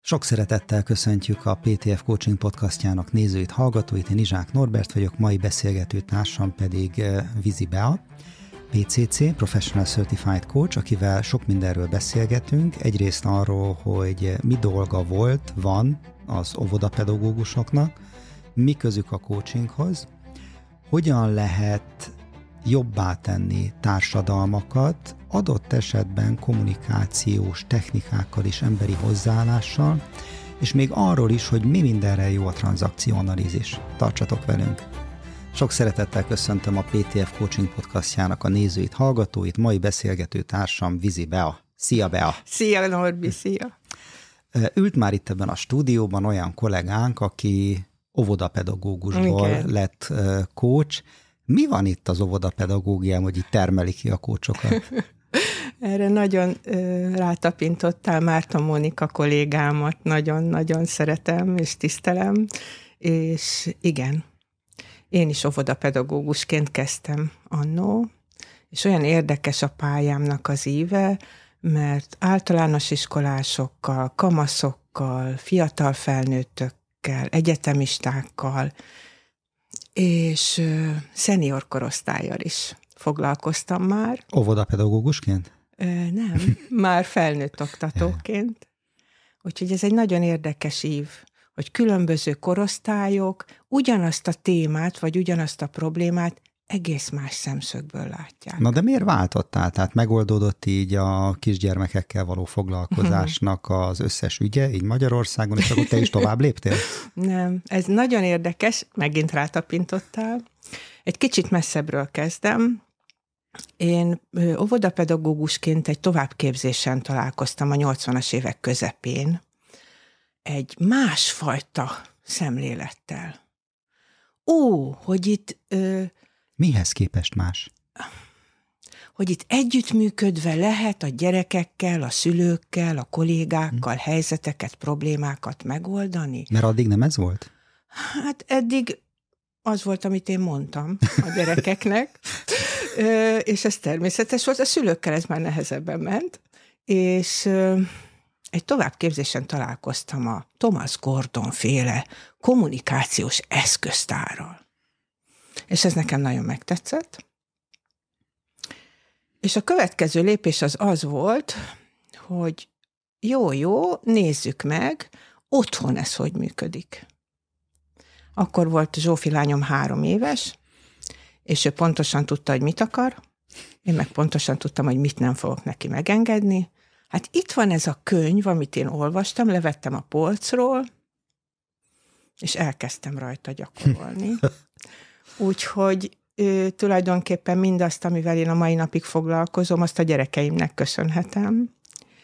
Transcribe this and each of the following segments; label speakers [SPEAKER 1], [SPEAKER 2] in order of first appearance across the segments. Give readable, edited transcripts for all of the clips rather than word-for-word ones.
[SPEAKER 1] Sok szeretettel köszöntjük a PTF Coaching podcastjának nézőit, hallgatóit. Én Izsák Norbert vagyok, mai beszélgető társam pedig Vizi Bea, PCC, Professional Certified Coach, akivel sok mindenről beszélgetünk. Egyrészt arról, hogy mi dolga van az óvodapedagógusoknak, mi közük a coachinghoz, hogyan lehet jobbá tenni társadalmakat, adott esetben kommunikációs technikákkal és emberi hozzáállással, és még arról is, hogy mi mindenre jó a tranzakcióanalízis. Tartsatok velünk! Sok szeretettel köszöntöm a PTF Coaching podcastjának a nézőit, hallgatóit, mai beszélgető társam Vizi Bea. Szia, Bea!
[SPEAKER 2] Szia, Norbi, szia!
[SPEAKER 1] Ült már itt ebben a stúdióban olyan kollégánk, aki óvodapedagógusból lett coach. Mi van itt az óvodapedagógiám, hogy így termeli ki a coachokat?
[SPEAKER 2] Erre nagyon rátapintottál, Márta Mónika kollégámat, nagyon-nagyon szeretem és tisztelem, és igen, én is óvodapedagógusként kezdtem annó, és olyan érdekes a pályámnak az íve, mert általános iskolásokkal, kamaszokkal, fiatal felnőttökkel, egyetemistákkal, és szenior korosztállyal is foglalkoztam már.
[SPEAKER 1] Óvodapedagógusként?
[SPEAKER 2] Nem, már felnőtt oktatóként. Úgyhogy ez egy nagyon érdekes ív, hogy különböző korosztályok ugyanazt a témát, vagy ugyanazt a problémát egész más szemszögből látják.
[SPEAKER 1] Na de miért váltottál? Tehát megoldódott így a kisgyermekekkel való foglalkozásnak az összes ügye, így Magyarországon, és akkor te is tovább léptél?
[SPEAKER 2] Nem, ez nagyon érdekes, megint rátapintottál. Egy kicsit messzebbről kezdem. Én óvodapedagógusként egy továbbképzésen találkoztam a 80-as évek közepén, egy másfajta szemlélettel. Hogy itt...
[SPEAKER 1] Mihez képest más?
[SPEAKER 2] Hogy itt együttműködve lehet a gyerekekkel, a szülőkkel, a kollégákkal helyzeteket, problémákat megoldani.
[SPEAKER 1] Mert addig nem ez volt?
[SPEAKER 2] Hát eddig az volt, amit én mondtam a gyerekeknek, és ez természetes volt. A szülőkkel ez már nehezebben ment, és egy továbbképzésen találkoztam a Thomas Gordon féle kommunikációs eszköztárral. És ez nekem nagyon megtetszett. És a következő lépés az volt, hogy jó, nézzük meg, otthon ez hogy működik. Akkor volt Zsófi lányom 3 éves, és ő pontosan tudta, hogy mit akar, én meg pontosan tudtam, hogy mit nem fogok neki megengedni. Hát itt van ez a könyv, amit én olvastam, levettem a polcról, és elkezdtem rajta gyakorolni. Úgyhogy tulajdonképpen mindazt, amivel én a mai napig foglalkozom, azt a gyerekeimnek köszönhetem.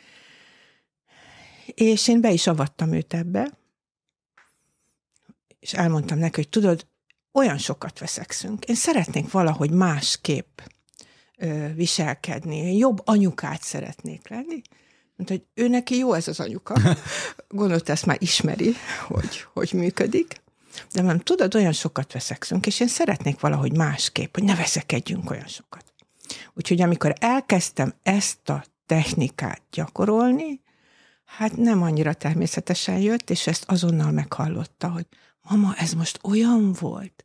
[SPEAKER 2] És én be is avattam őt ebbe, és elmondtam neki, hogy tudod, olyan sokat veszekszünk. Én szeretnék valahogy másképp viselkedni, jobb anyukát szeretnék lenni. Mondta, hogy ő neki jó ez az anyuka. Gondolta, ezt már ismeri, hogy működik. De mondom, tudod, olyan sokat veszekszünk, és én szeretnék valahogy másképp, hogy ne veszekedjünk olyan sokat. Úgyhogy amikor elkezdtem ezt a technikát gyakorolni, hát nem annyira természetesen jött, és ezt azonnal meghallotta, hogy mama, ez most olyan volt.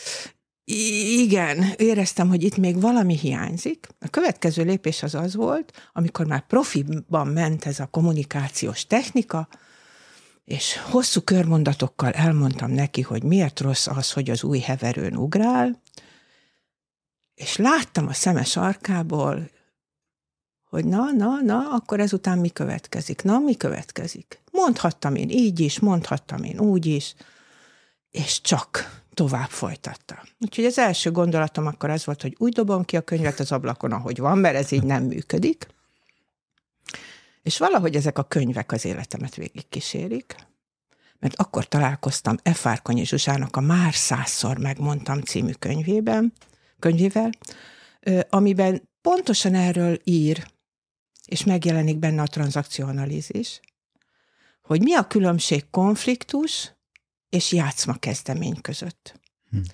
[SPEAKER 2] Igen, éreztem, hogy itt még valami hiányzik. A következő lépés az volt, amikor már profiban ment ez a kommunikációs technika, és hosszú körmondatokkal elmondtam neki, hogy miért rossz az, hogy az új heverőn ugrál, és láttam a szeme sarkából, hogy na, akkor ezután mi következik? Mi következik? Mondhattam én így is, mondhattam én úgy is, és csak tovább folytatta. Úgyhogy az első gondolatom akkor az volt, hogy úgy dobom ki a könyvet az ablakon, ahogy van, mert ez így nem működik. És valahogy ezek a könyvek az életemet végigkísérik, mert akkor találkoztam F. Várkonyi Zsuzsának a Már 100-szor megmondtam című könyvével, amiben pontosan erről ír, és megjelenik benne a tranzakcióanalízis, hogy mi a különbség konfliktus és játszma kezdemény között.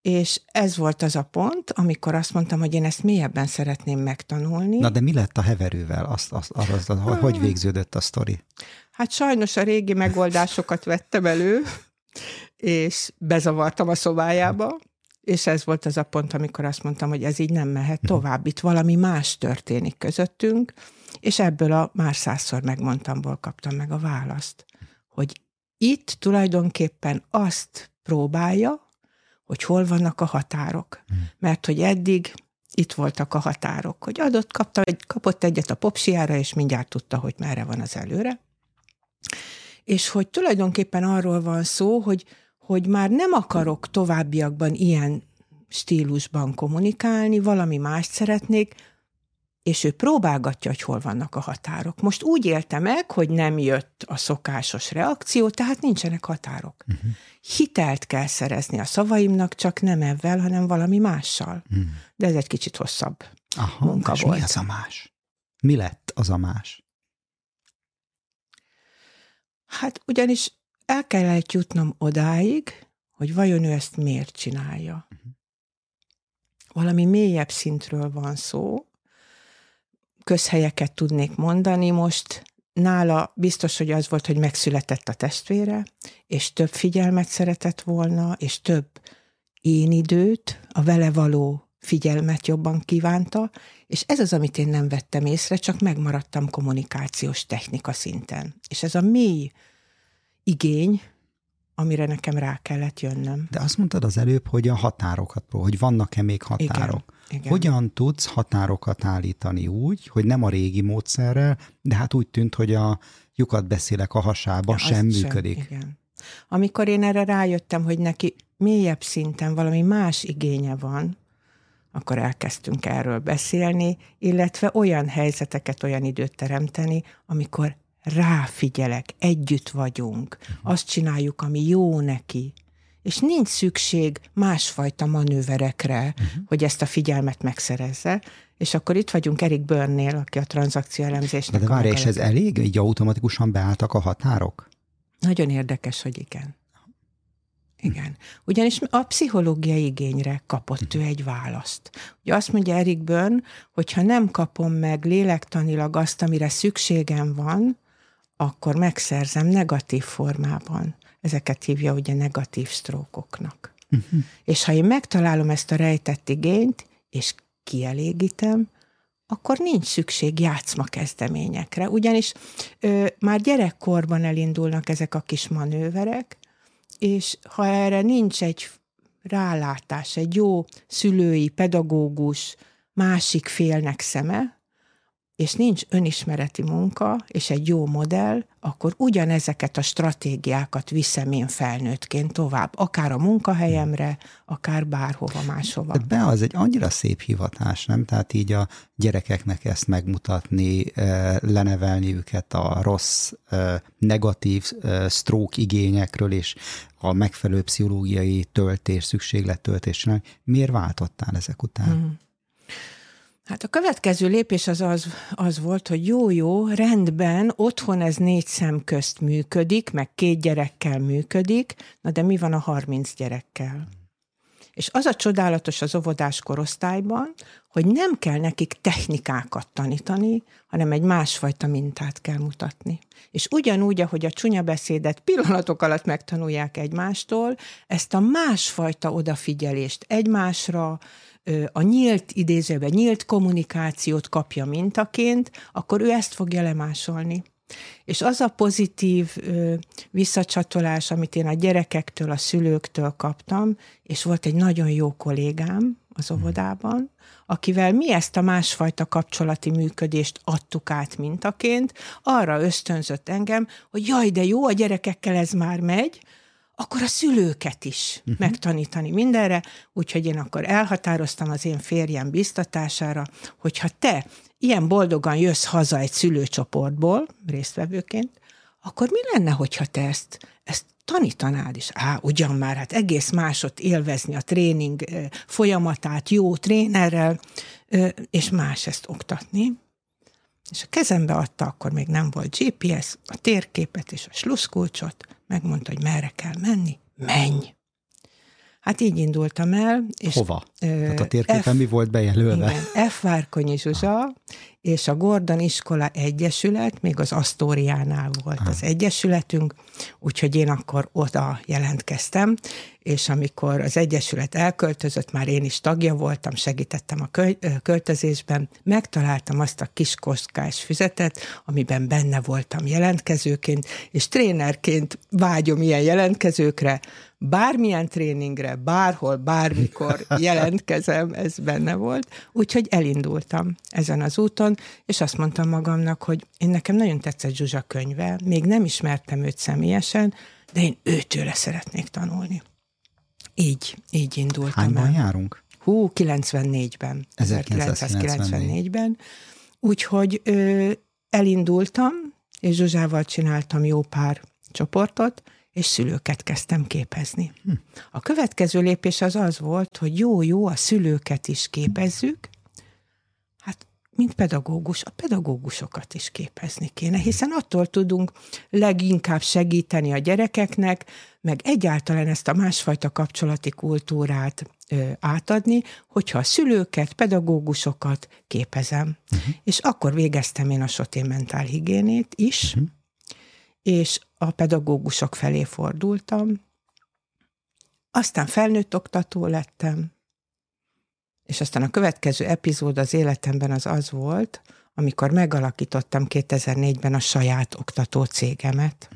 [SPEAKER 2] És ez volt az a pont, amikor azt mondtam, hogy én ezt mélyebben szeretném megtanulni.
[SPEAKER 1] Na de mi lett a heverővel? Hogy végződött a sztori?
[SPEAKER 2] Hát sajnos a régi megoldásokat vettem elő, és bezavartam a szobájába, és ez volt az a pont, amikor azt mondtam, hogy ez így nem mehet tovább. Itt valami más történik közöttünk, és ebből a már 100-szor megmondtamból kaptam meg a választ, hogy itt tulajdonképpen azt próbálja, hogy hol vannak a határok. Mert hogy eddig itt voltak a határok, hogy kapott egyet a popsiára, és mindjárt tudta, hogy merre van az előre. És hogy tulajdonképpen arról van szó, hogy már nem akarok továbbiakban ilyen stílusban kommunikálni, valami mást szeretnék, és ő próbálgatja, hogy hol vannak a határok. Most úgy élte meg, hogy nem jött a szokásos reakció, tehát nincsenek határok. Hitelt kell szerezni a szavaimnak, csak nem ebben, hanem valami mással. De ez egy kicsit hosszabb munka
[SPEAKER 1] és
[SPEAKER 2] volt.
[SPEAKER 1] Mi az a más? Mi lett az a más?
[SPEAKER 2] Hát ugyanis el kellett jutnom odáig, hogy vajon ő ezt miért csinálja. Valami mélyebb szintről van szó, közhelyeket tudnék mondani, most nála biztos, hogy az volt, hogy megszületett a testvére, és több figyelmet szeretett volna, és több én időt, a vele való figyelmet jobban kívánta, és ez az, amit én nem vettem észre, csak megmaradtam kommunikációs technika szinten. És ez a mély igény, amire nekem rá kellett jönnöm.
[SPEAKER 1] De azt mondtad az előbb, hogy a határokat hogy vannak-e még határok?
[SPEAKER 2] Igen.
[SPEAKER 1] Hogyan tudsz határokat állítani úgy, hogy nem a régi módszerrel, de hát úgy tűnt, hogy a lyukat beszélek a hasába sem működik.
[SPEAKER 2] Igen. Amikor én erre rájöttem, hogy neki mélyebb szinten valami más igénye van, akkor elkezdtünk erről beszélni, illetve olyan helyzeteket, olyan időt teremteni, amikor ráfigyelek, együtt vagyunk, azt csináljuk, ami jó neki, és nincs szükség másfajta manőverekre, hogy ezt a figyelmet megszerezze, és akkor itt vagyunk Eric Berne-nél, aki a tranzakció elemzésnek.
[SPEAKER 1] De várj, és ez elég? Így automatikusan beálltak a határok?
[SPEAKER 2] Nagyon érdekes, hogy igen. Igen. Ugyanis a pszichológiai igényre kapott ő egy választ. Ugye azt mondja Eric Berne, hogyha nem kapom meg lélektanilag azt, amire szükségem van, akkor megszerzem negatív formában. Ezeket hívja ugye negatív sztrókoknak. És ha én megtalálom ezt a rejtett igényt, és kielégítem, akkor nincs szükség játszma kezdeményekre. Ugyanis már gyerekkorban elindulnak ezek a kis manőverek, és ha erre nincs egy rálátás, egy jó szülői, pedagógus, másik félnek szeme, és nincs önismereti munka, és egy jó modell, akkor ugyanezeket a stratégiákat viszem én felnőttként tovább, akár a munkahelyemre, akár bárhova máshova.
[SPEAKER 1] De az egy annyira szép hivatás, nem? Tehát így a gyerekeknek ezt megmutatni, lenevelni őket a rossz, negatív stroke igényekről, és a megfelelő pszichológiai töltés, szükséglettöltésre. Miért váltottál ezek után?
[SPEAKER 2] Hát a következő lépés az volt, hogy jó, rendben, otthon ez 4 szem közt működik, meg 2 gyerekkel működik, na de mi van a 30 gyerekkel? És az a csodálatos az óvodás korosztályban, hogy nem kell nekik technikákat tanítani, hanem egy másfajta mintát kell mutatni. És ugyanúgy, ahogy a csúnya beszédet pillanatok alatt megtanulják egymástól, ezt a másfajta odafigyelést egymásra, a nyílt kommunikációt kapja mintaként, akkor ő ezt fogja lemásolni. És az a pozitív visszacsatolás, amit én a gyerekektől, a szülőktől kaptam, és volt egy nagyon jó kollégám az óvodában, akivel mi ezt a másfajta kapcsolati működést adtuk át mintaként, arra ösztönzött engem, hogy jaj, de jó, a gyerekekkel ez már megy, akkor a szülőket is megtanítani mindenre, úgyhogy én akkor elhatároztam az én férjem biztatására, hogyha te ilyen boldogan jössz haza egy szülőcsoportból, résztvevőként, akkor mi lenne, hogyha te ezt tanítanád is? Ugyan már, hát egész másot élvezni a tréning folyamatát, jó trénerrel, és más ezt oktatni. És a kezembe adta, akkor még nem volt GPS, a térképet és a slusszkulcsot, megmondta, hogy merre kell menni, menj. Hát így indultam el. És
[SPEAKER 1] hova? Tehát a térképen mi volt bejelölve?
[SPEAKER 2] Igen, F. Várkonyi Zsuzsa és a Gordon Iskola Egyesület, még az Asztóriánál volt az egyesületünk, úgyhogy én akkor oda jelentkeztem, és amikor az egyesület elköltözött, már én is tagja voltam, segítettem a költözésben, megtaláltam azt a kis kockás füzetet, amiben benne voltam jelentkezőként, és trénerként vágyom ilyen jelentkezőkre, bármilyen tréningre, bárhol, bármikor jelentkezem, ez benne volt. Úgyhogy elindultam ezen az úton, és azt mondtam magamnak, hogy nekem nagyon tetszett Zsuzsa könyve, még nem ismertem őt személyesen, de én őtőle szeretnék tanulni. Így indultam.
[SPEAKER 1] Hányban járunk?
[SPEAKER 2] 94-ben. 1994-ben. Úgyhogy elindultam, és Zsuzsával csináltam jó pár csoportot, és szülőket kezdtem képezni. A következő lépés az volt, hogy jó, a szülőket is képezzük, hát mint pedagógus, a pedagógusokat is képezni kéne, hiszen attól tudunk leginkább segíteni a gyerekeknek, meg egyáltalán ezt a másfajta kapcsolati kultúrát átadni, hogyha a szülőket, pedagógusokat képezem. És akkor végeztem én a Sotén mentálhigiénét is, és a pedagógusok felé fordultam. Aztán felnőtt oktató lettem, és aztán a következő epizód az életemben az volt, amikor megalakítottam 2004-ben a saját oktató cégemet.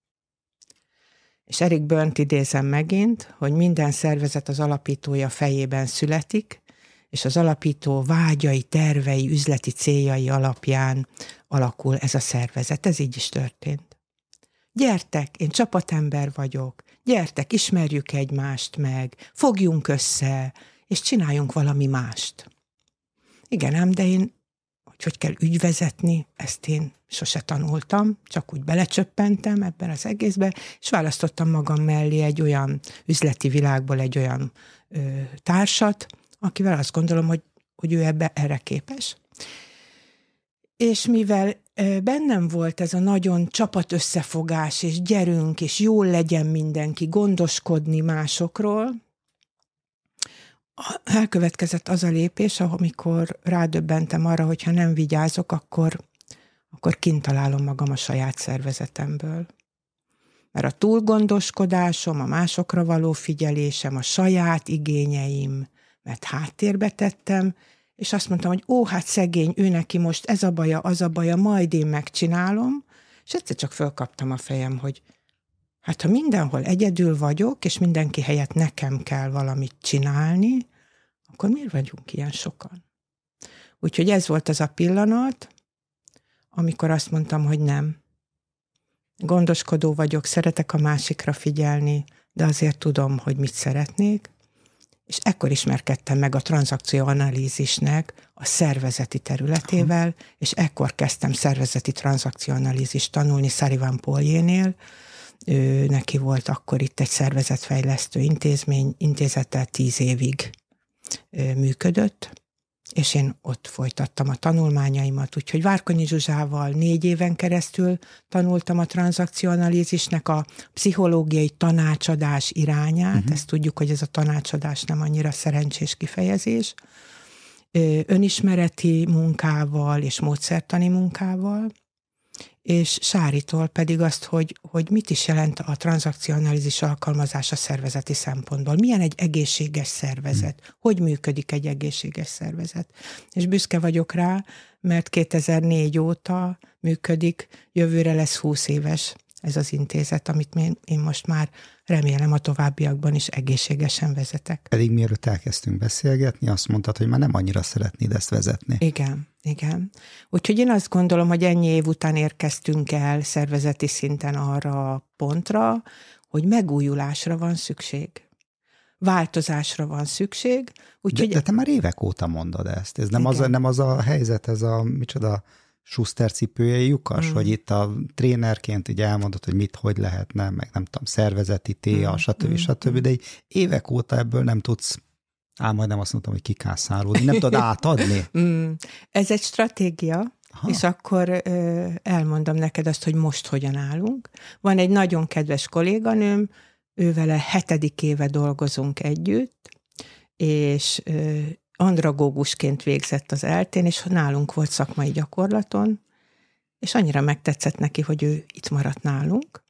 [SPEAKER 2] És Eric Berne-t idézem megint, hogy minden szervezet az alapítója fejében születik, és az alapító vágyai, tervei, üzleti céljai alapján alakul ez a szervezet. Ez így is történt. Gyertek, én csapatember vagyok, gyertek, ismerjük egymást meg, fogjunk össze, és csináljunk valami mást. Igen ám, de én, hogy kell ügyvezetni, ezt én sose tanultam, csak úgy belecsöppentem ebben az egészben, és választottam magam mellé egy olyan üzleti világból egy olyan társat, akivel azt gondolom, hogy ő erre képes. És mivel bennem volt ez a nagyon csapatösszefogás, és gyerünk, és jól legyen mindenki, gondoskodni másokról, elkövetkezett az a lépés, amikor rádöbbentem arra, hogy ha nem vigyázok, akkor kint találom magam a saját szervezetemből. Mert a túlgondoskodásom, a másokra való figyelésem, a saját igényeim, mert háttérbe tettem, és azt mondtam, hogy hát szegény, ő neki most ez a baja, az a baja, majd én megcsinálom, és egyszer csak fölkaptam a fejem, hogy hát ha mindenhol egyedül vagyok, és mindenki helyett nekem kell valamit csinálni, akkor miért vagyunk ilyen sokan? Úgyhogy ez volt az a pillanat, amikor azt mondtam, hogy nem. Gondoskodó vagyok, szeretek a másikra figyelni, de azért tudom, hogy mit szeretnék, és ekkor ismerkedtem meg a tranzakcióanalízisnek a szervezeti területével, és ekkor kezdtem szervezeti tranzakcióanalízist tanulni Sullivan Pauljénél. Neki volt akkor itt egy szervezetfejlesztő intézete 10 évig működött, és én ott folytattam a tanulmányaimat, úgyhogy Várkonyi Zsuzsával 4 éven keresztül tanultam a tranzakcióanalízisnek a pszichológiai tanácsadás irányát, ezt tudjuk, hogy ez a tanácsadás nem annyira szerencsés kifejezés, önismereti munkával és módszertani munkával, és Sáritól pedig azt, hogy mit is jelent a tranzakcióanalízis alkalmazása szervezeti szempontból. Milyen egy egészséges szervezet? Hogy működik egy egészséges szervezet? És büszke vagyok rá, mert 2004 óta működik, jövőre lesz 20 éves ez az intézet, amit én most már remélem a továbbiakban is egészségesen vezetek.
[SPEAKER 1] Pedig mielőtt elkezdtünk beszélgetni, azt mondtad, hogy már nem annyira szeretnéd ezt vezetni.
[SPEAKER 2] Igen. Úgyhogy én azt gondolom, hogy ennyi év után érkeztünk el szervezeti szinten arra a pontra, hogy megújulásra van szükség. Változásra van szükség. Úgyhogy...
[SPEAKER 1] De te már évek óta mondod ezt. Ez nem az a helyzet, ez a micsoda Schuster cipője lyukas, hogy itt a trénerként így elmondod, hogy hogy lehetne, meg nem tudom, szervezeti téja, stb. De így évek óta ebből nem tudsz, majdnem azt mondtam, hogy kikászálódni, nem tudod átadni.
[SPEAKER 2] Ez egy stratégia, és akkor elmondom neked azt, hogy most hogyan állunk. Van egy nagyon kedves kolléganőm, ővele 7. éve dolgozunk együtt, és andragógusként végzett az ELTÉn, és nálunk volt szakmai gyakorlaton, és annyira megtetszett neki, hogy ő itt maradt nálunk,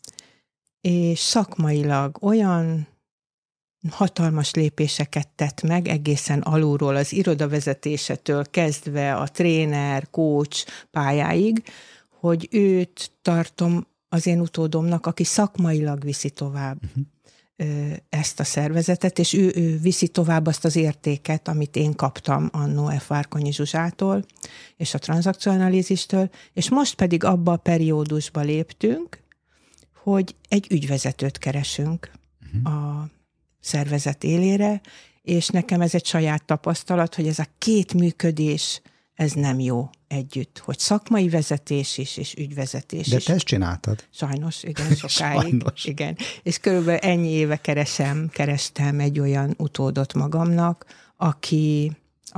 [SPEAKER 2] és szakmailag olyan hatalmas lépéseket tett meg, egészen alulról, az irodavezetésetől kezdve a tréner, coach pályáig, hogy őt tartom az én utódomnak, aki szakmailag viszi tovább ezt a szervezetet, és ő viszi tovább azt az értéket, amit én kaptam annó F. Várkonyi Zsuzsától, és a tranzakcionalízistől, és most pedig abba a periódusba léptünk, hogy egy ügyvezetőt keresünk a szervezet élére, és nekem ez egy saját tapasztalat, hogy ez a két működés, ez nem jó együtt, hogy szakmai vezetés is, és ügyvezetés
[SPEAKER 1] is.
[SPEAKER 2] is.
[SPEAKER 1] De te ezt csináltad?
[SPEAKER 2] Sajnos, igen, sokáig.
[SPEAKER 1] Sajnos.
[SPEAKER 2] Igen. És körülbelül ennyi éve kerestem egy olyan utódot magamnak, aki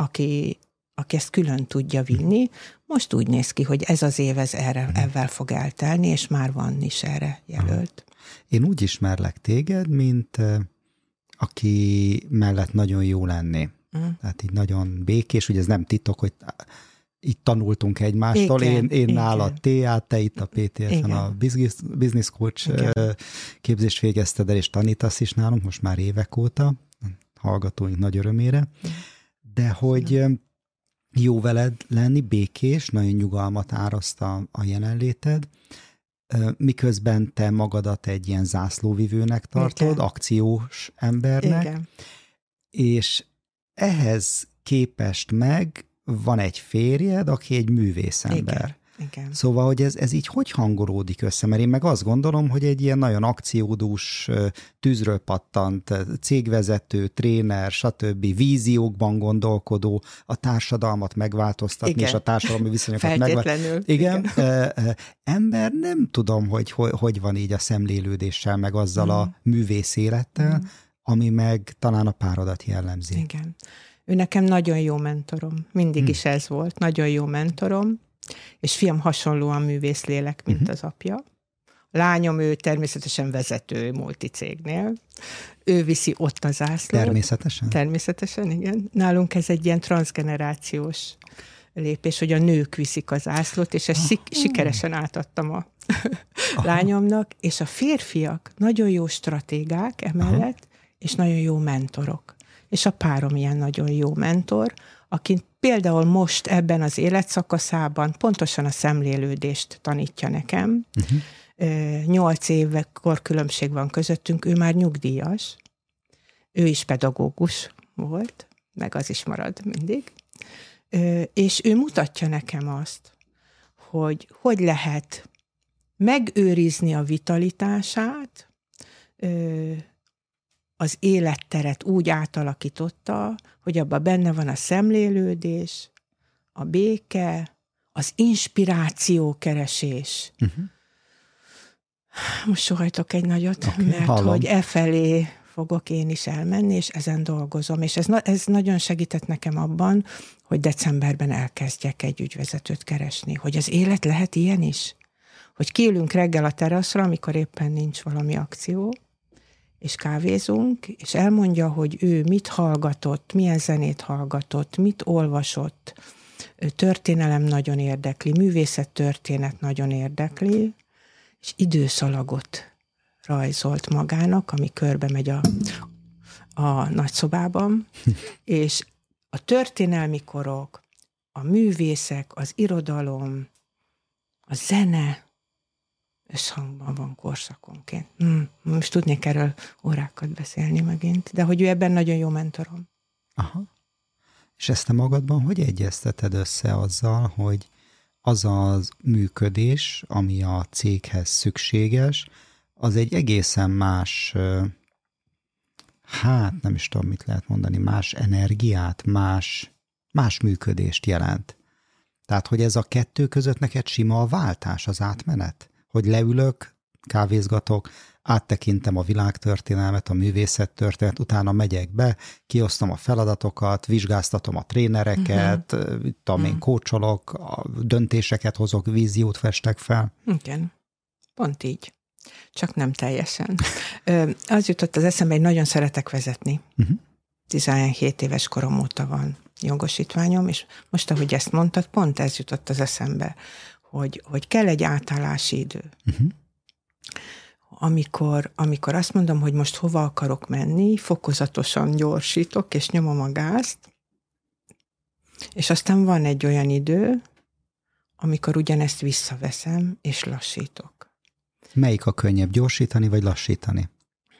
[SPEAKER 2] ezt külön tudja vinni. Most úgy néz ki, hogy ez az év ezzel fog eltelni, és már van is erre jelölt.
[SPEAKER 1] Én úgy ismerlek téged, mint aki mellett nagyon jó lenni. Tehát így nagyon békés, ugye ez nem titok, hogy itt tanultunk egymástól, én nálad TA, te itt a PTF-en a Business Coach képzést végezted el, és tanítasz is nálunk most már évek óta, hallgatóink nagy örömére, de hogy jó veled lenni, békés, nagyon nyugalmat áraszt a jelenléted, miközben te magadat egy ilyen zászlóvivőnek tartod, akciós embernek, és ehhez képest meg van egy férjed, aki egy művészember.
[SPEAKER 2] Igen.
[SPEAKER 1] Szóval, hogy ez így hogy hangolódik össze? Mert én meg azt gondolom, hogy egy ilyen nagyon akciódús, tűzről pattant cégvezető, tréner, stb. Víziókban gondolkodó, a társadalmat megváltoztatni, és a társadalmi viszonyokat
[SPEAKER 2] megváltoztatni.
[SPEAKER 1] Igen. Ember, nem tudom, hogy van így a szemlélődéssel, meg azzal a művész élettel, ami meg talán a párodat jellemzi.
[SPEAKER 2] Igen. Ő nekem nagyon jó mentorom. Mindig is ez volt. Nagyon jó mentorom. És fiam hasonlóan művészlélek, mint az apja. A lányom, ő természetesen vezető multicégnél. Ő viszi ott a zászlót.
[SPEAKER 1] Természetesen?
[SPEAKER 2] Természetesen, igen. Nálunk ez egy ilyen transzgenerációs lépés, hogy a nők viszik a zászlót, és ezt sikeresen átadtam a lányomnak. És a férfiak nagyon jó stratégák emellett, és nagyon jó mentorok. És a párom ilyen nagyon jó mentor, aki például most ebben az életszakaszában pontosan a szemlélődést tanítja nekem. 8 éve korkülönbség van közöttünk, ő már nyugdíjas, ő is pedagógus volt, meg az is marad mindig, és ő mutatja nekem azt, hogy lehet megőrizni a vitalitását, az életteret úgy átalakította, hogy abban benne van a szemlélődés, a béke, az inspirációkeresés. Most sohajtok egy nagyot, mert hallom. Hogy efelé fogok én is elmenni, és ezen dolgozom. És ez nagyon segített nekem abban, hogy decemberben elkezdjek egy ügyvezetőt keresni. Hogy az élet lehet ilyen is. Hogy kiülünk reggel a teraszra, amikor éppen nincs valami akció, és kávézunk, és elmondja, hogy ő mit hallgatott, milyen zenét hallgatott, mit olvasott. Történelem nagyon érdekli, művészettörténet nagyon érdekli, és időszalagot rajzolt magának, ami körbe megy a nagyszobában, és a történelmi korok, a művészek, az irodalom, a zene összhangban van korszakonként. Most tudnék erről órákat beszélni megint, de hogy ő ebben nagyon jó mentorom.
[SPEAKER 1] Aha. És ezt te magadban hogy egyezteted össze azzal, hogy az az működés, ami a céghez szükséges, az egy egészen más, nem is tudom, mit lehet mondani, más energiát, más működést jelent. Tehát, hogy ez a kettő között neked sima a váltás, az átmenet? Hogy leülök, kávézgatok, áttekintem a világtörténelmet, a művészettörténet, utána megyek be, kiosztom a feladatokat, vizsgáztatom a trénereket, én kócsolok, döntéseket hozok, víziót festek fel.
[SPEAKER 2] Igen, pont így. Csak nem teljesen. Az jutott az eszembe, hogy nagyon szeretek vezetni. 17 éves korom óta van jogosítványom, és most, ahogy ezt mondtad, pont ez jutott az eszembe, hogy kell egy átállási idő. Amikor azt mondom, hogy most hova akarok menni, fokozatosan gyorsítok, és nyomom a gázt, és aztán van egy olyan idő, amikor ugyanezt visszaveszem, és lassítok.
[SPEAKER 1] Melyik a könnyebb, gyorsítani vagy lassítani?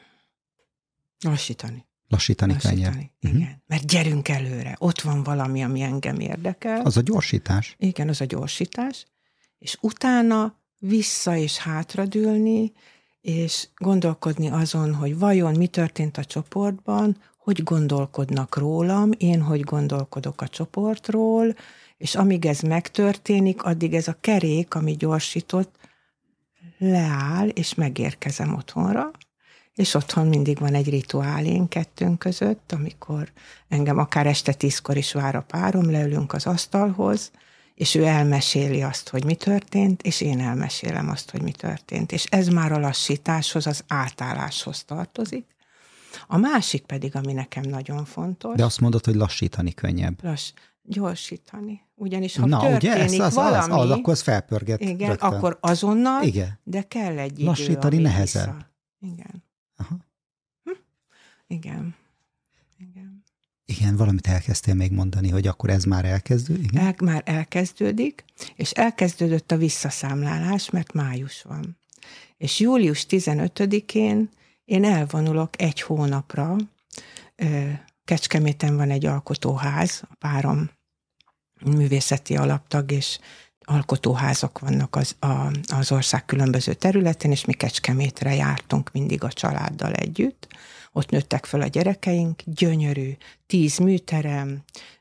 [SPEAKER 2] Lassítani
[SPEAKER 1] könnyebb.
[SPEAKER 2] Igen. Mert gyerünk előre. Ott van valami, ami engem érdekel.
[SPEAKER 1] Az a gyorsítás.
[SPEAKER 2] Igen, az a gyorsítás. És utána vissza és hátradőlni, és gondolkodni azon, hogy vajon mi történt a csoportban, hogy gondolkodnak rólam, én hogy gondolkodok a csoportról, és amíg ez megtörténik, addig ez a kerék, ami gyorsított, leáll, és megérkezem otthonra, és otthon mindig van egy rituálénk kettőnk között, amikor engem akár este 10-kor is vár a párom, leülünk az asztalhoz, és ő elmeséli azt, hogy mi történt, és én elmesélem azt, hogy mi történt. És ez már a lassításhoz, az átálláshoz tartozik. A másik pedig, ami nekem nagyon fontos.
[SPEAKER 1] De azt mondod, hogy lassítani könnyebb.
[SPEAKER 2] Gyorsítani. Ugyanis ha történik
[SPEAKER 1] ugye?
[SPEAKER 2] valami...
[SPEAKER 1] Az, akkor az felpörget.
[SPEAKER 2] Igen,
[SPEAKER 1] rögtön.
[SPEAKER 2] akkor azonnal,
[SPEAKER 1] igen.
[SPEAKER 2] De kell egy idő,
[SPEAKER 1] lassítani nehezebb.
[SPEAKER 2] Igen.
[SPEAKER 1] Aha.
[SPEAKER 2] Igen.
[SPEAKER 1] Igen, valamit elkezdtél még mondani, hogy akkor ez már elkezdődik?
[SPEAKER 2] Már elkezdődik, és elkezdődött a visszaszámlálás, mert május van. És július 15-én én elvonulok egy hónapra. Kecskeméten van egy alkotóház, a párom művészeti alaptag, és alkotóházak vannak az ország különböző területén, és mi Kecskemétre jártunk mindig a családdal együtt. Ott nőttek föl a gyerekeink, gyönyörű, 10 műterem,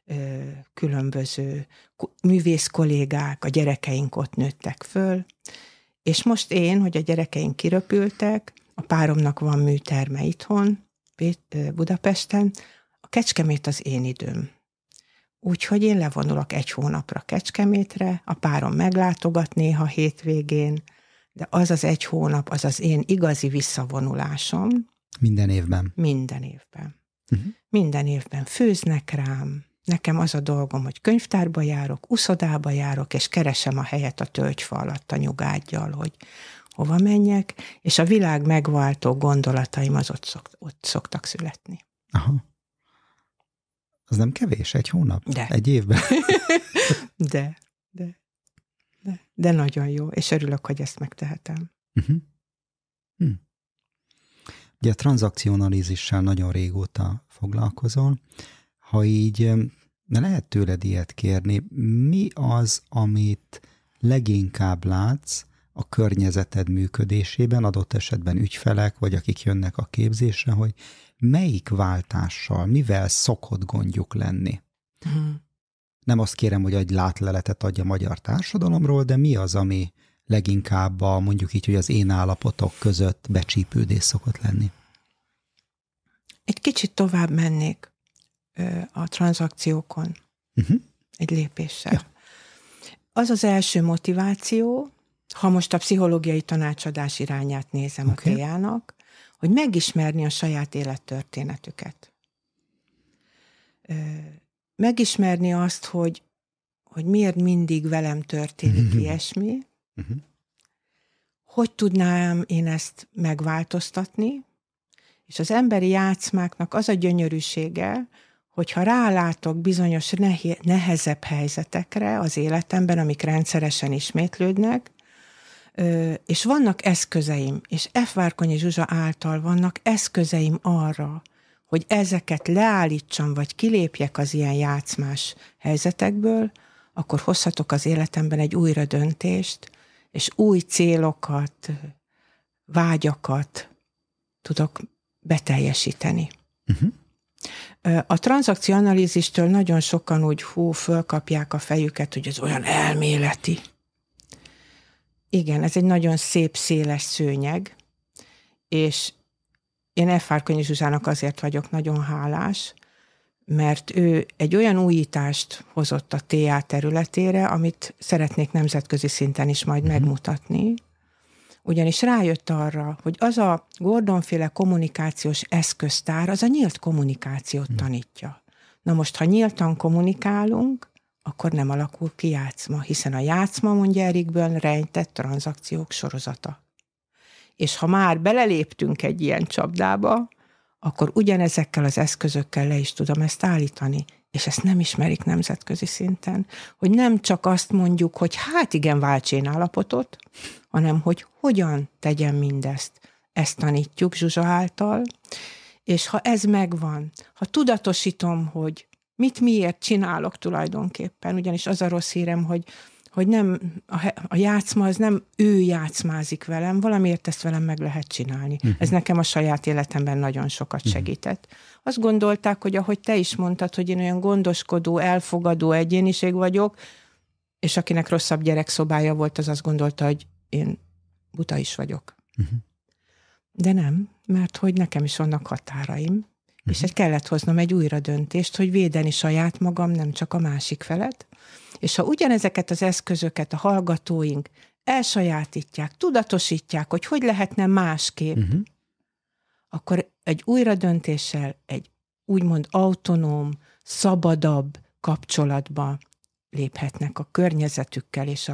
[SPEAKER 2] különböző művész kollégák, a gyerekeink ott nőttek föl, és most én, hogy a gyerekeink kiröpültek, a páromnak van műterme itthon, Budapesten, a Kecskemét az én időm. Úgyhogy én levonulok egy hónapra Kecskemétre, a párom meglátogat néha hétvégén, de az az egy hónap, az az én igazi visszavonulásom.
[SPEAKER 1] Minden évben?
[SPEAKER 2] Minden évben. Minden évben főznek rám. Nekem az a dolgom, hogy könyvtárba járok, uszodába járok, és keresem a helyet a tölgyfa alatt a nyugággyal, hogy hova menjek, és a világ megváltó gondolataim az ott szoktak születni.
[SPEAKER 1] Aha. Az nem kevés, egy hónap?
[SPEAKER 2] De.
[SPEAKER 1] Egy évben?
[SPEAKER 2] De nagyon jó, és örülök, hogy ezt megtehetem.
[SPEAKER 1] Ugye a tranzakcionalízissel nagyon régóta foglalkozol. Ha így lehet tőled ilyet kérni, mi az, amit leginkább látsz a környezeted működésében, adott esetben ügyfelek, vagy akik jönnek a képzésre, hogy melyik váltással, mivel szokott gondjuk lenni? Nem azt kérem, hogy egy látleletet adja a magyar társadalomról, de mi az, ami leginkább mondjuk így, hogy az én állapotok között becsípődés szokott lenni?
[SPEAKER 2] Egy kicsit tovább mennék a tranzakciókon, egy lépéssel. Ja. Az az első motiváció, ha most a pszichológiai tanácsadás irányát nézem a Créának, hogy megismerni a saját élettörténetüket. Megismerni azt, hogy miért mindig velem történik ilyesmi, hogy tudnám én ezt megváltoztatni, és az emberi játszmáknak az a gyönyörűsége, hogyha rálátok bizonyos nehezebb helyzetekre az életemben, amik rendszeresen ismétlődnek, és vannak eszközeim, és F. Várkonyi Zsuzsa által vannak eszközeim arra, hogy ezeket leállítsam, vagy kilépjek az ilyen játszmás helyzetekből, akkor hozhatok az életemben egy újra döntést, és új célokat, vágyakat tudok beteljesíteni. A tranzakcióanalízistől nagyon sokan úgy fölkapják a fejüket, hogy ez olyan elméleti. Igen, ez egy nagyon szép, széles szőnyeg, és én F. Várkonyi Zsuzsának azért vagyok nagyon hálás, mert ő egy olyan újítást hozott a TA területére, amit szeretnék nemzetközi szinten is majd megmutatni. Ugyanis rájött arra, hogy az a Gordon-féle kommunikációs eszköztár, az a nyílt kommunikációt tanítja. Na most, ha nyíltan kommunikálunk, akkor nem alakul ki játszma, hiszen a játszma, mondja Eric Berne, rejtett tranzakciók sorozata. És ha már beleléptünk egy ilyen csapdába, akkor ugyanezekkel az eszközökkel le is tudom ezt állítani. És ezt nem ismerik nemzetközi szinten. Hogy nem csak azt mondjuk, hogy hát igen, válts én állapotot, hanem hogy hogyan tegyem mindezt. Ezt tanítjuk Zsuzsa által, és ha ez megvan, ha tudatosítom, hogy mit miért csinálok tulajdonképpen, ugyanis az a rossz hírem, hogy nem, a játszma az nem ő játszmázik velem, valamiért ezt velem meg lehet csinálni. Ez nekem a saját életemben nagyon sokat segített. Azt gondolták, hogy ahogy te is mondtad, hogy én olyan gondoskodó, elfogadó egyéniség vagyok, és akinek rosszabb gyerekszobája volt, az azt gondolta, hogy én buta is vagyok. De nem, mert hogy nekem is vannak határaim, és kellett hoznom egy újra döntést, hogy védeni saját magam, nem csak a másik felet. És ha ugyanezeket az eszközöket a hallgatóink elsajátítják, tudatosítják, hogy lehetne másképp, akkor egy újra döntéssel, egy úgymond autonóm, szabadabb kapcsolatba léphetnek a környezetükkel és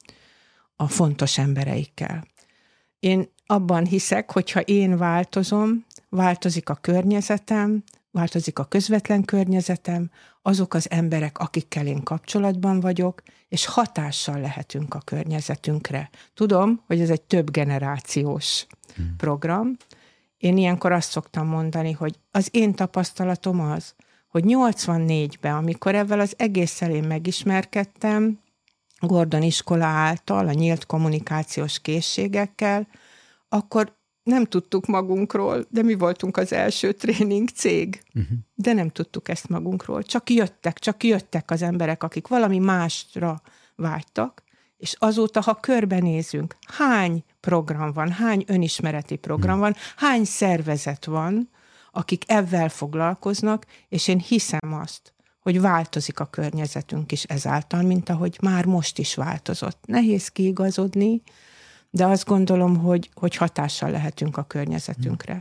[SPEAKER 2] a fontos embereikkel. Én abban hiszek, hogyha én változom, változik a környezetem, változik a közvetlen környezetem, azok az emberek, akikkel én kapcsolatban vagyok, és hatással lehetünk a környezetünkre. Tudom, hogy ez egy több generációs program. Én ilyenkor azt szoktam mondani, hogy az én tapasztalatom az, hogy 84-ben, amikor ezzel az egésszel én megismerkedtem, Gordon iskola által, a nyílt kommunikációs készségekkel, akkor nem tudtuk magunkról, de mi voltunk az első tréning cég. De nem tudtuk ezt magunkról. Csak jöttek az emberek, akik valami másra vágytak, és azóta, ha körbenézünk, hány program van, hány önismereti program van, hány szervezet van, akik ezzel foglalkoznak, és én hiszem azt, hogy változik a környezetünk is ezáltal, mint ahogy már most is változott. Nehéz kiigazodni, de azt gondolom, hogy hatással lehetünk a környezetünkre.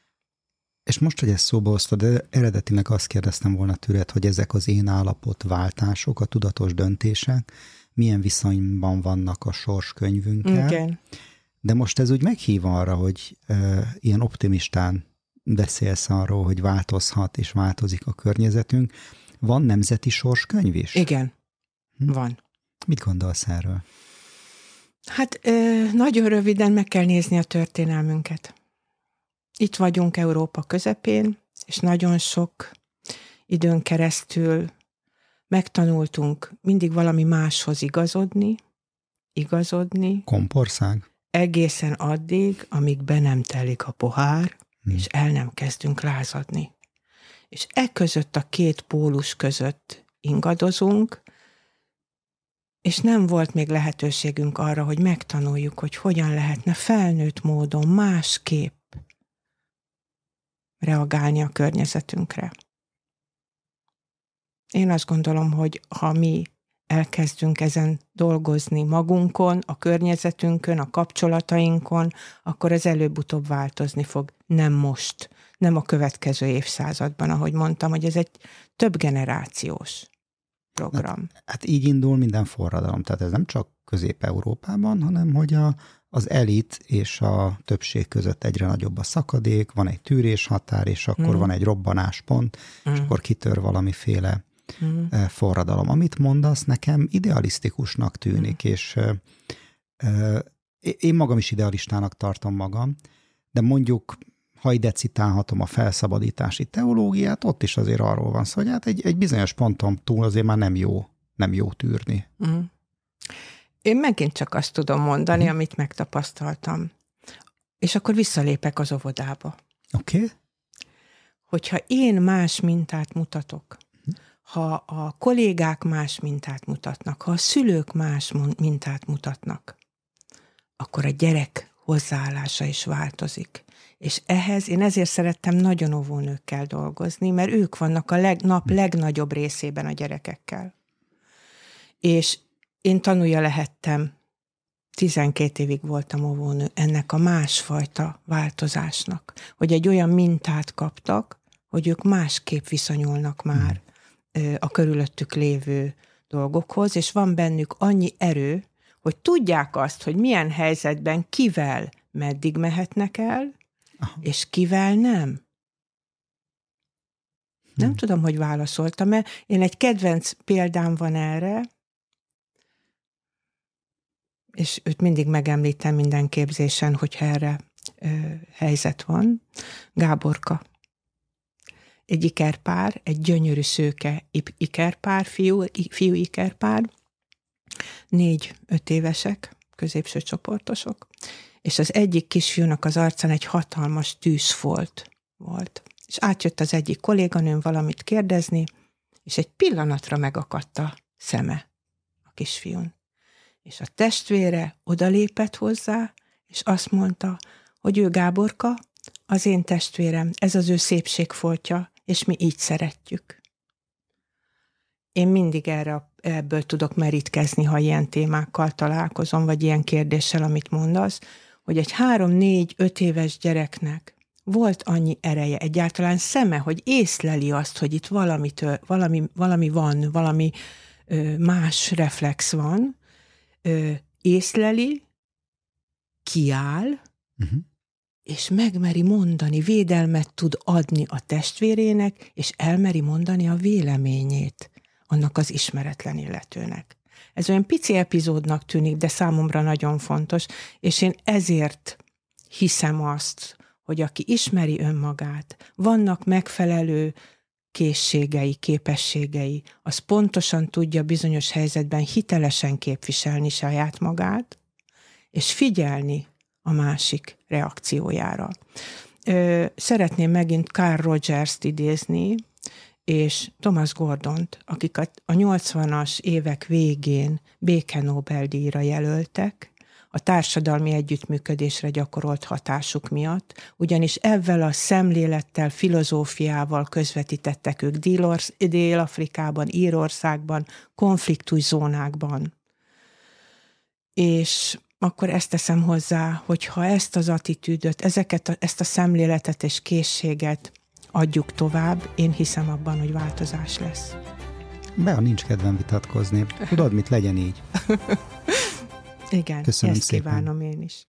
[SPEAKER 1] És most, hogy ezt szóba hoztad, de eredetileg azt kérdeztem volna tőled, hogy ezek az én állapotváltások, a tudatos döntések milyen viszonyban vannak a sorskönyvünkkel.
[SPEAKER 2] Igen.
[SPEAKER 1] De most ez úgy meghív arra, hogy ilyen optimistán beszélsz arról, hogy változhat és változik a környezetünk. Van nemzeti sorskönyv is?
[SPEAKER 2] Igen, van.
[SPEAKER 1] Mit gondolsz erről?
[SPEAKER 2] Hát nagyon röviden meg kell nézni a történelmünket. Itt vagyunk Európa közepén, és nagyon sok időn keresztül megtanultunk mindig valami máshoz igazodni.
[SPEAKER 1] Kompország?
[SPEAKER 2] Egészen addig, amíg be nem telik a pohár, és el nem kezdünk lázadni. És között a két pólus között ingadozunk, és nem volt még lehetőségünk arra, hogy megtanuljuk, hogy hogyan lehetne felnőtt módon másképp reagálni a környezetünkre. Én azt gondolom, hogy ha mi elkezdünk ezen dolgozni magunkon, a környezetünkön, a kapcsolatainkon, akkor ez előbb-utóbb változni fog. Nem most, nem a következő évszázadban, ahogy mondtam, hogy ez egy több generációs program.
[SPEAKER 1] Hát így indul minden forradalom. Tehát ez nem csak Közép-Európában, hanem hogy az elit és a többség között egyre nagyobb a szakadék, van egy tűréshatár, és akkor van egy robbanáspont, és akkor kitör valamiféle forradalom. Amit mondasz, nekem idealisztikusnak tűnik, és én magam is idealistának tartom magam, de mondjuk, ha ide citálhatom a felszabadítási teológiát, ott is azért arról van szó, hogy hát egy bizonyos ponton túl azért már nem jó tűrni.
[SPEAKER 2] Én megint csak azt tudom mondani, amit megtapasztaltam. És akkor visszalépek az óvodába.
[SPEAKER 1] Oké.
[SPEAKER 2] Hogyha én más mintát mutatok, ha a kollégák más mintát mutatnak, ha a szülők más mintát mutatnak, akkor a gyerek hozzáállása is változik. És ehhez én ezért szerettem nagyon óvónőkkel dolgozni, mert ők vannak a nap legnagyobb részében a gyerekekkel. És én tanulja lehettem 12 évig voltam óvónő, ennek a másfajta változásnak, hogy egy olyan mintát kaptak, hogy ők másképp viszonyulnak már a körülöttük lévő dolgokhoz, és van bennük annyi erő, hogy tudják azt, hogy milyen helyzetben kivel meddig mehetnek el, és kivel nem. Nem tudom, hogy válaszoltam-e. Én egy kedvenc példám van erre, és őt mindig megemlítem minden képzésen, hogyha erre helyzet van. Gáborka. Egy ikerpár, egy gyönyörű szőke ikerpár, fiú ikerpár, 4-5 évesek, középső csoportosok, és az egyik kisfiúnak az arcán egy hatalmas tűzfolt volt. És átjött az egyik kolléganőm valamit kérdezni, és egy pillanatra megakadt a szeme a kisfiún. És a testvére odalépett hozzá, és azt mondta, hogy ő Gáborka, az én testvérem, ez az ő szépségfoltja, és mi így szeretjük. Én mindig ebből tudok merítkezni, ha ilyen témákkal találkozom, vagy ilyen kérdéssel, amit mondasz, hogy egy 3-4-5 éves gyereknek volt annyi ereje, egyáltalán szeme, hogy észleli azt, hogy itt valami van, valami más reflex van, észleli, kiáll, és megmeri mondani, védelmet tud adni a testvérének, és elmeri mondani a véleményét annak az ismeretlen illetőnek. Ez olyan pici epizódnak tűnik, de számomra nagyon fontos, és én ezért hiszem azt, hogy aki ismeri önmagát, vannak megfelelő készségei, képességei, az pontosan tudja bizonyos helyzetben hitelesen képviselni saját magát, és figyelni a másik reakciójára. Szeretném megint Carl Rogers-t idézni, és Thomas Gordont, akiket a 80-as évek végén béke Nobel-díjra jelöltek, a társadalmi együttműködésre gyakorolt hatásuk miatt, ugyanis ezzel a szemlélettel, filozófiával közvetítettek ők Dél-Afrikában, Írországban, konfliktuszónákban. És akkor ezt teszem hozzá, hogy ha ezt az attitűdöt, ezt a szemléletet és készséget adjuk tovább, én hiszem abban, hogy változás lesz.
[SPEAKER 1] Bea, nincs kedvem vitatkozni. Tudod mit, legyen így.
[SPEAKER 2] Igen,
[SPEAKER 1] köszönöm
[SPEAKER 2] ezt
[SPEAKER 1] szépen.
[SPEAKER 2] kívánom én is.